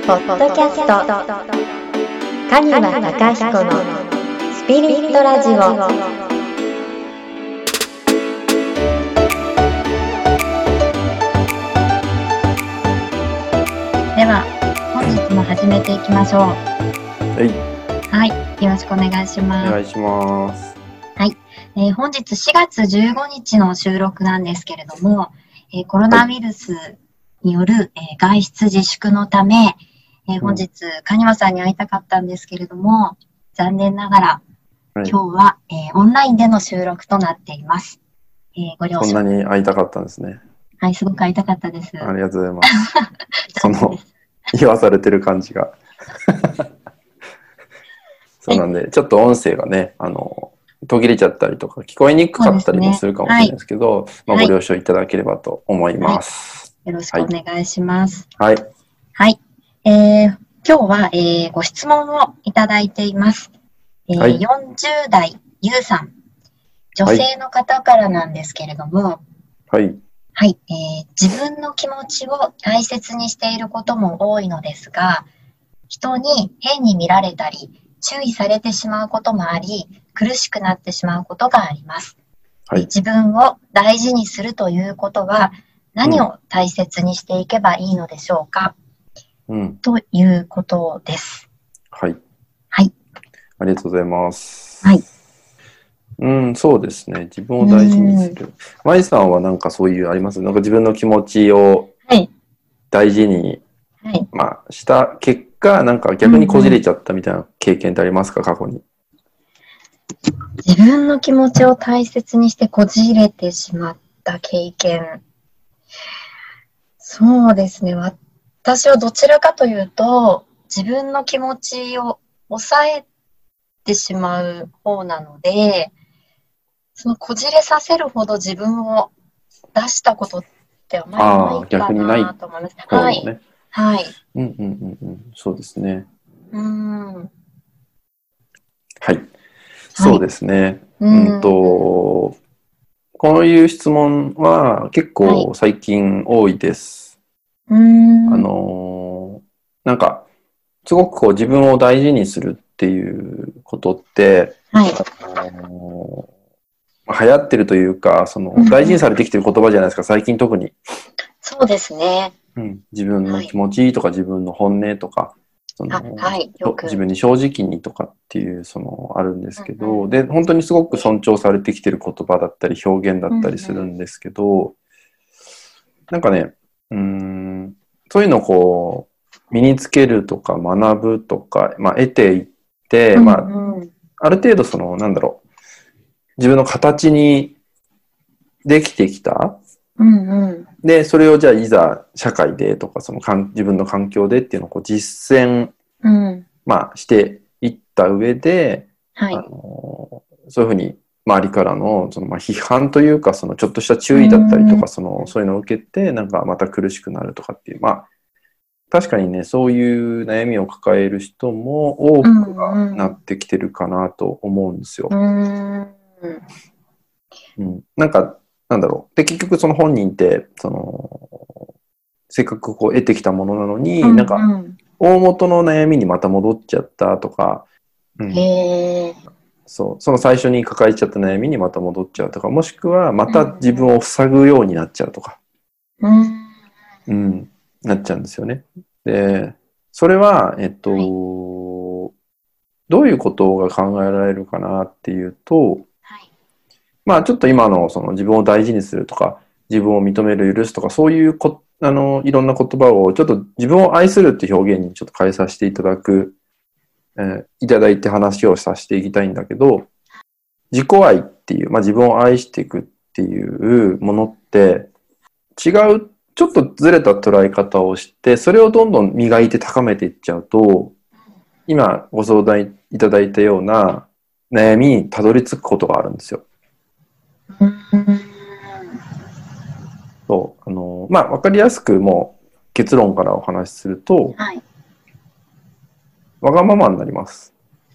ポッドキャスト蟹場貴彦のスピリットラジオ。では本日も始めていきましょう。はい、よろしくお願いします。 お願いします。 はい、本日4月15日の収録なんですけれども、コロナウイルスによる、外出自粛のため、本日蟹場さんに会いたかったんですけれども、残念ながら、今日は、オンラインでの収録となっています。ご了承。 そんなに会いたかったんですね。 はい、すごく会いたかったです。 ありがとうございます。その言わされてる感じがそうなんで、はい、ちょっと音声がね途切れちゃったりとか聞こえにくかったりもするかもしれないですけど、ご了承いただければと思います。 よろしくお願いします。 はい。 はい。今日は、ご質問をいただいています。 はい、 40代ゆうさん、女性の方からなんですけれども、 はい。 はい。自分の気持ちを大切にしていることも多いのですが、人に変に見られたり、注意されてしまうこともあり、苦しくなってしまうことがあります。 はい、 自分を大事にするということは、何を大切にしていけばいいのでしょうか、ということです。 はい。 はい。 ありがとうございます。 はい。 そうですね。自分を大事にする。まいさんはなんかそういうあります？なんか自分の気持ちを大事に、した結果、なんか逆にこじれちゃったみたいな経験ってありますか、過去に。 自分の気持ちを大切にしてこじれてしまった経験。そうですね。私はどちらかというと、自分の気持ちを抑えてしまう方なので、そのこじれさせるほど自分を出したことってあまりないかなと思います。はい。はい。 そうですね。 はい。 そうですね。こういう質問は結構最近多いです。なんか、すごくこう自分を大事にするっていうことって、流行ってるというか、大事にされてきてる言葉じゃないですか、最近特に。 そうですね。 自分の気持ちとか自分の本音とか、自分に正直にとかっていうあるんですけど、で本当にすごく尊重されてきてる言葉だったり表現だったりするんですけど、なんかね、そういうのをこう身につけるとか学ぶとか、得ていって、ある程度なんだろう、自分の形にできてきた。で、それをじゃあいざ社会でとか自分の環境でっていうのをこう実践、していった上で、そういうふうに周りからの批判というかちょっとした注意だったりとかそういうのを受けてなんかまた苦しくなるとかっていう確かにねそういう悩みを抱える人も多くはなってきてるかなと思うんですよ。なんだろう。で、結局その本人って、せっかくこう得てきたものなのに、なんか、大元の悩みにまた戻っちゃったとか、その最初に抱えちゃった悩みにまた戻っちゃうとか、もしくはまた自分を塞ぐようになっちゃうとか、なっちゃうんですよね。で、それは、どういうことが考えられるかなっていうと、ちょっと今の自分を大事にするとか、自分を認める、許すとか、そういういろんな言葉をちょっと自分を愛するっていう表現にちょっと変えさせていただいて話をさせていきたいんだけど、自己愛っていう、自分を愛していくっていうものって違う、ちょっとずれた捉え方をして、それをどんどん磨いて高めていっちゃうと、今ご相談いただいたような悩みにたどり着くことがあるんですよ。わかりやすくもう結論からお話しすると、わがままになります。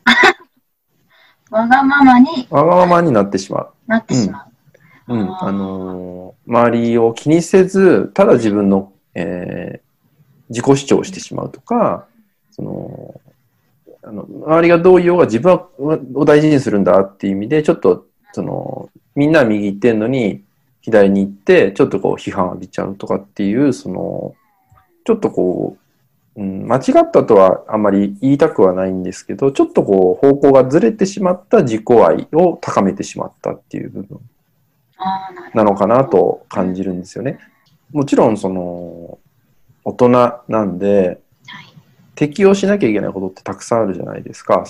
わがままになってしまう。周りを気にせず、ただ自分の、 自己主張してしまうとか、周りがどう言おうが自分を大事にするんだっていう意味で、ちょっと、みんな右行ってんのに、左に行って、ちょっとこう批判浴びちゃうとかっていう、ちょっとこう、間違ったとはあんまり言いたくはないんですけど、ちょっとこう方向がずれてしまった自己愛を高めてしまったっていう部分なのかなと感じるんですよね。もちろん大人なんで、適応しなきゃいけないことってたくさんあるじゃないですか。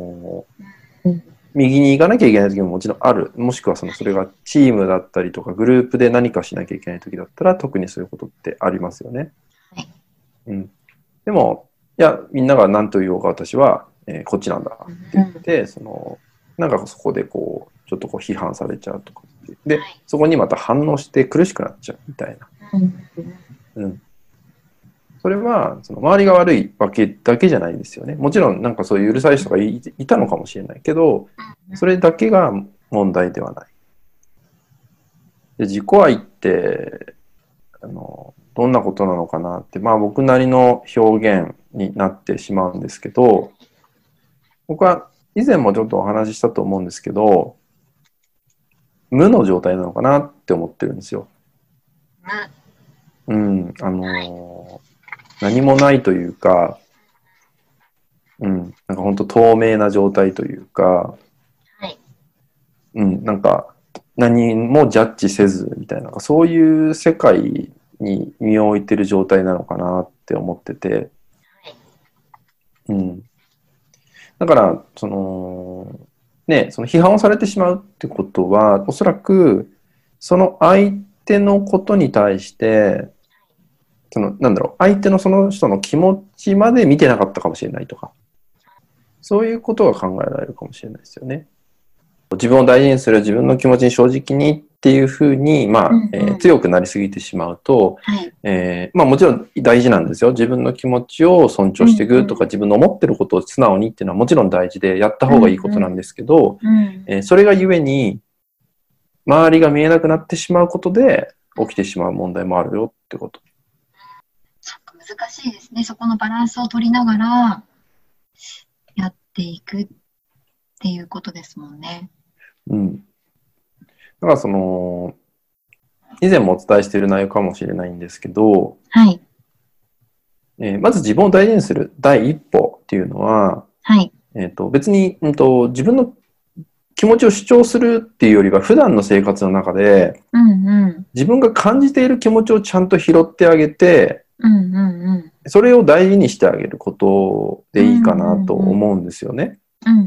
右に行かなきゃいけない時ももちろんある。もしくはそれがチームだったりとかグループで何かしなきゃいけない時だったら特にそういうことってありますよね。でも、いや、みんなが何と言おうか私は、こっちなんだって言って、なんかそこでこう、ちょっとこう批判されちゃうとかって。で、そこにまた反応して苦しくなっちゃうみたいな。それは、周りが悪いわけだけじゃないんですよね。もちろん、なんかそういううるさい人がいたのかもしれないけど、それだけが問題ではない。で、自己愛って、どんなことなのかなって、僕なりの表現になってしまうんですけど、僕は以前もちょっとお話ししたと思うんですけど、無の状態なのかなって思ってるんですよ。何もないというか、なんか本当透明な状態というか、なんか何もジャッジせずみたいな、そういう世界に身を置いてる状態なのかなって思ってて、だから批判をされてしまうってことは、おそらくその相手のことに対して相手のその人の気持ちまで見てなかったかもしれないとか、そういうことが考えられるかもしれないですよね。自分を大事にする、自分の気持ちに正直にっていうふうに、強くなりすぎてしまうと、もちろん大事なんですよ。自分の気持ちを尊重していくとか、自分の思ってることを素直にっていうのはもちろん大事で、やった方がいいことなんですけど、それがゆえに、周りが見えなくなってしまうことで起きてしまう問題もあるよってこと。 難しいですね。そこのバランスを取りながらやっていくっていうことですもんね。 だから以前もお伝えしている内容かもしれないんですけど、まず自分を大事にする第一歩っていうのは、別に、自分の気持ちを主張するっていうよりは、普段の生活の中で、自分が感じている気持ちをちゃんと拾ってあげて、それを大事にしてあげることでいいかなと思うんですよね。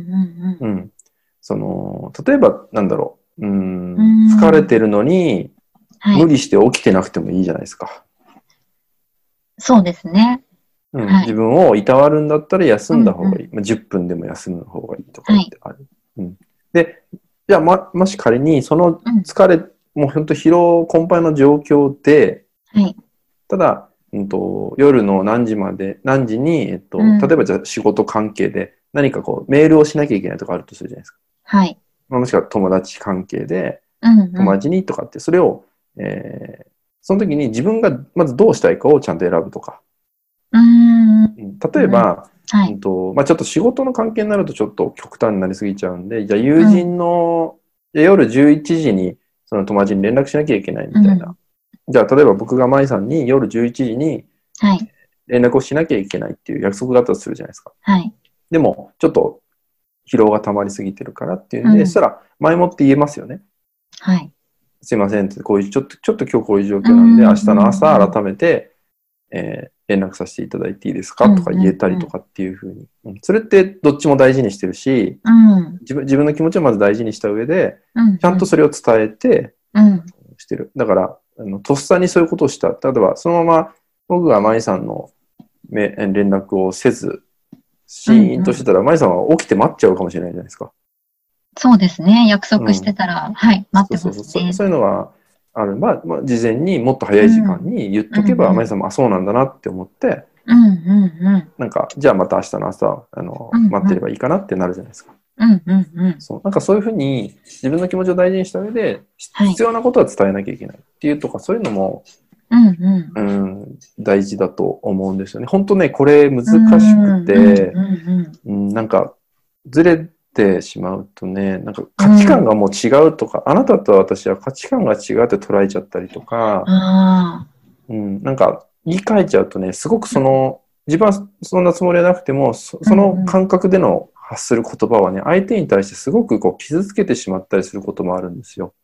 例えば、疲れてるのに、無理して起きてなくてもいいじゃないですか。 そうですね。 自分をいたわるんだったら休んだ方がいい。10分でも休む方がいいとかってある。で、じゃあもし仮にその疲れ、もう本当疲労困憊の状況で、ただ、夜の何時に、例えばじゃあ仕事関係で何かこうメールをしなきゃいけないとかあるとするじゃないですか。もしくは友達関係で、友達にとかって、それを、その時に自分がまずどうしたいかをちゃんと選ぶとか。例えば、ちょっと仕事の関係になるとちょっと極端になりすぎちゃうんで、じゃあ友人の、夜11時にその友達に連絡しなきゃいけないみたいな。じゃあ例えば僕が舞さんに夜11時に連絡をしなきゃいけないっていう約束があったとするじゃないですか。でも、ちょっと疲労が溜まりすぎてるからっていうんで、そしたら前もって言えますよね。すいませんって、ちょっと今日こういう状況なんで、明日の朝改めて、連絡させていただいていいですかとか言えたりとかっていうふうに。それってどっちも大事にしてるし、自分の気持ちをまず大事にした上で、ちゃんとそれを伝えてしてる。だから、とっさにそういうことをした。例えば、そのまま僕が舞さんの連絡をせず、シーンとしてたら、舞さんは起きて待っちゃうかもしれないじゃないですか。 そうですね。約束してたら、待ってますね。 そういうのはある。事前にもっと早い時間に言っとけば、舞さんも、そうなんだなって思って、なんか、じゃあまた明日の朝、待ってればいいかなってなるじゃないですか。なんかそういうふうに自分の気持ちを大事にした上で、必要なことは伝えなきゃいけないっていうとか、そういうのも、 大事だと思うんですよね。本当ね、これ難しくて、なんかずれてしまうとね、なんか価値観がもう違うとか、あなたと私は価値観が違うって捉えちゃったりとか、なんか言い換えちゃうとね、すごく自分はそんなつもりはなくても、その感覚での発する言葉はね、相手に対してすごくこう傷つけてしまったりすることもあるんですよ。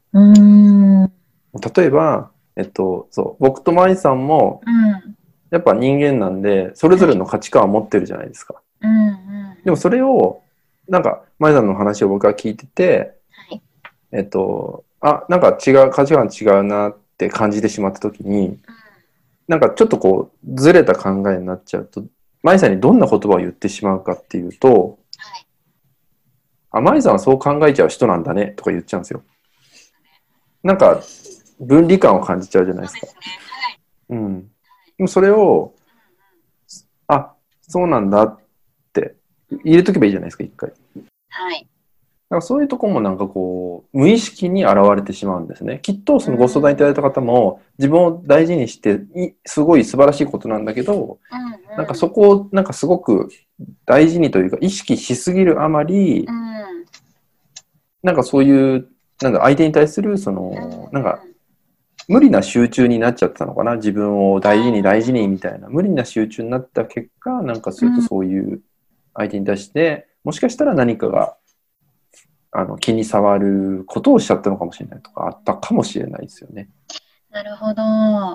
例えば、僕と舞さんも、やっぱ人間なんで、それぞれの価値観を持ってるじゃないですか。でもそれを、なんか、舞さんの話を僕は聞いてて、なんか価値観違うなって感じてしまったときに、なんかちょっとこう、ずれた考えになっちゃうと、舞さんにどんな言葉を言ってしまうかっていうと、舞さんはそう考えちゃう人なんだねとか言っちゃうんですよ。なんか、分離感を感じちゃうじゃないですか。でもそれを、そうなんだって入れとけばいいじゃないですか、一回。だからそういうとこもなんかこう、無意識に現れてしまうんですね。きっとそのご相談いただいた方も、自分を大事にして、すごい素晴らしいことなんだけど、なんかそこをなんかすごく大事にというか、意識しすぎるあまり、なんかそういう、なんだ、相手に対する、なんか、無理な集中になっちゃったのかな。自分を大事にみたいな。無理な集中になった結果、なんかするとそういう相手に対して、もしかしたら何かが、気に障ることをしちゃったのかもしれないとか、あったかもしれないですよね。 なるほど。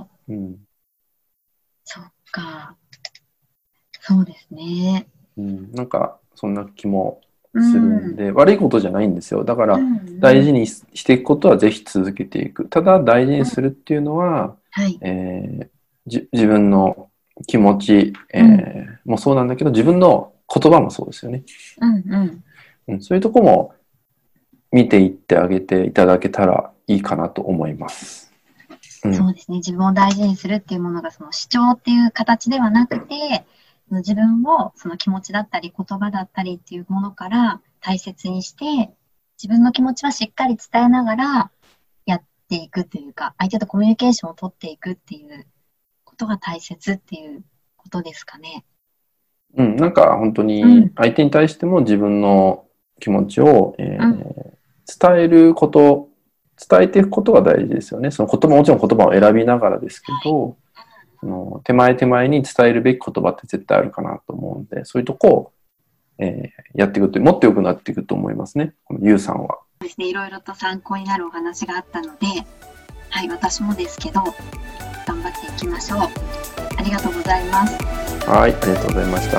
そっか。そうですね。 なんか、そんな気もするんで、悪いことじゃないんですよ。だから、大事にしていくことはぜひ続けていく。ただ、大事にするっていうのは、自分の気持ち、もそうなんだけど、自分の言葉もそうですよね。そういうとこも見ていってあげていただけたらいいかなと思います。 そうですね。自分を大事にするっていうものが、その主張っていう形ではなくて、自分をその気持ちだったり言葉だったりっていうものから大切にして、自分の気持ちはしっかり伝えながらやっていくというか、相手とコミュニケーションを取っていくっていうことが大切っていうことですかね。 なんか本当に相手に対しても自分の気持ちを、伝えること、伝えていくことが大事ですよね。その言葉、もちろん言葉を選びながらですけど、手前に伝えるべき言葉って絶対あるかなと思うんで、そういうとこを、やっていくと、もっと良くなっていくと思いますね。このゆうさんは。 そうですね。いろいろと参考になるお話があったので、はい、私もですけど、頑張っていきましょう。ありがとうございます。 はい、ありがとうございました。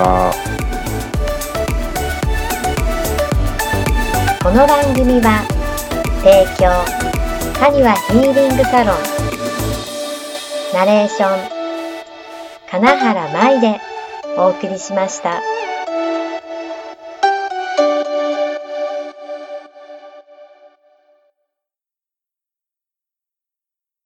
この番組は提供カニワヒーリングサロンナレーション金原舞でお送りしました。